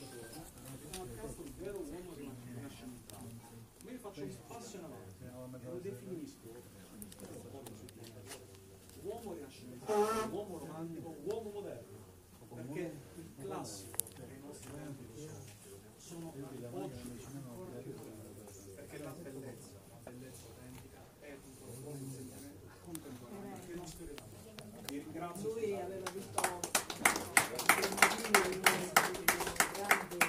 il vero uomo rinascimentale. Ma io faccio un passo in avanti e lo definisco uomo rinascimentale, uomo romantico, uomo moderno, perché il classico dei nostri tempi sono oggi ancora più bello, perché la bellezza autentica è un sentimento contemporaneo dei nostri retagli. Vi ringrazio.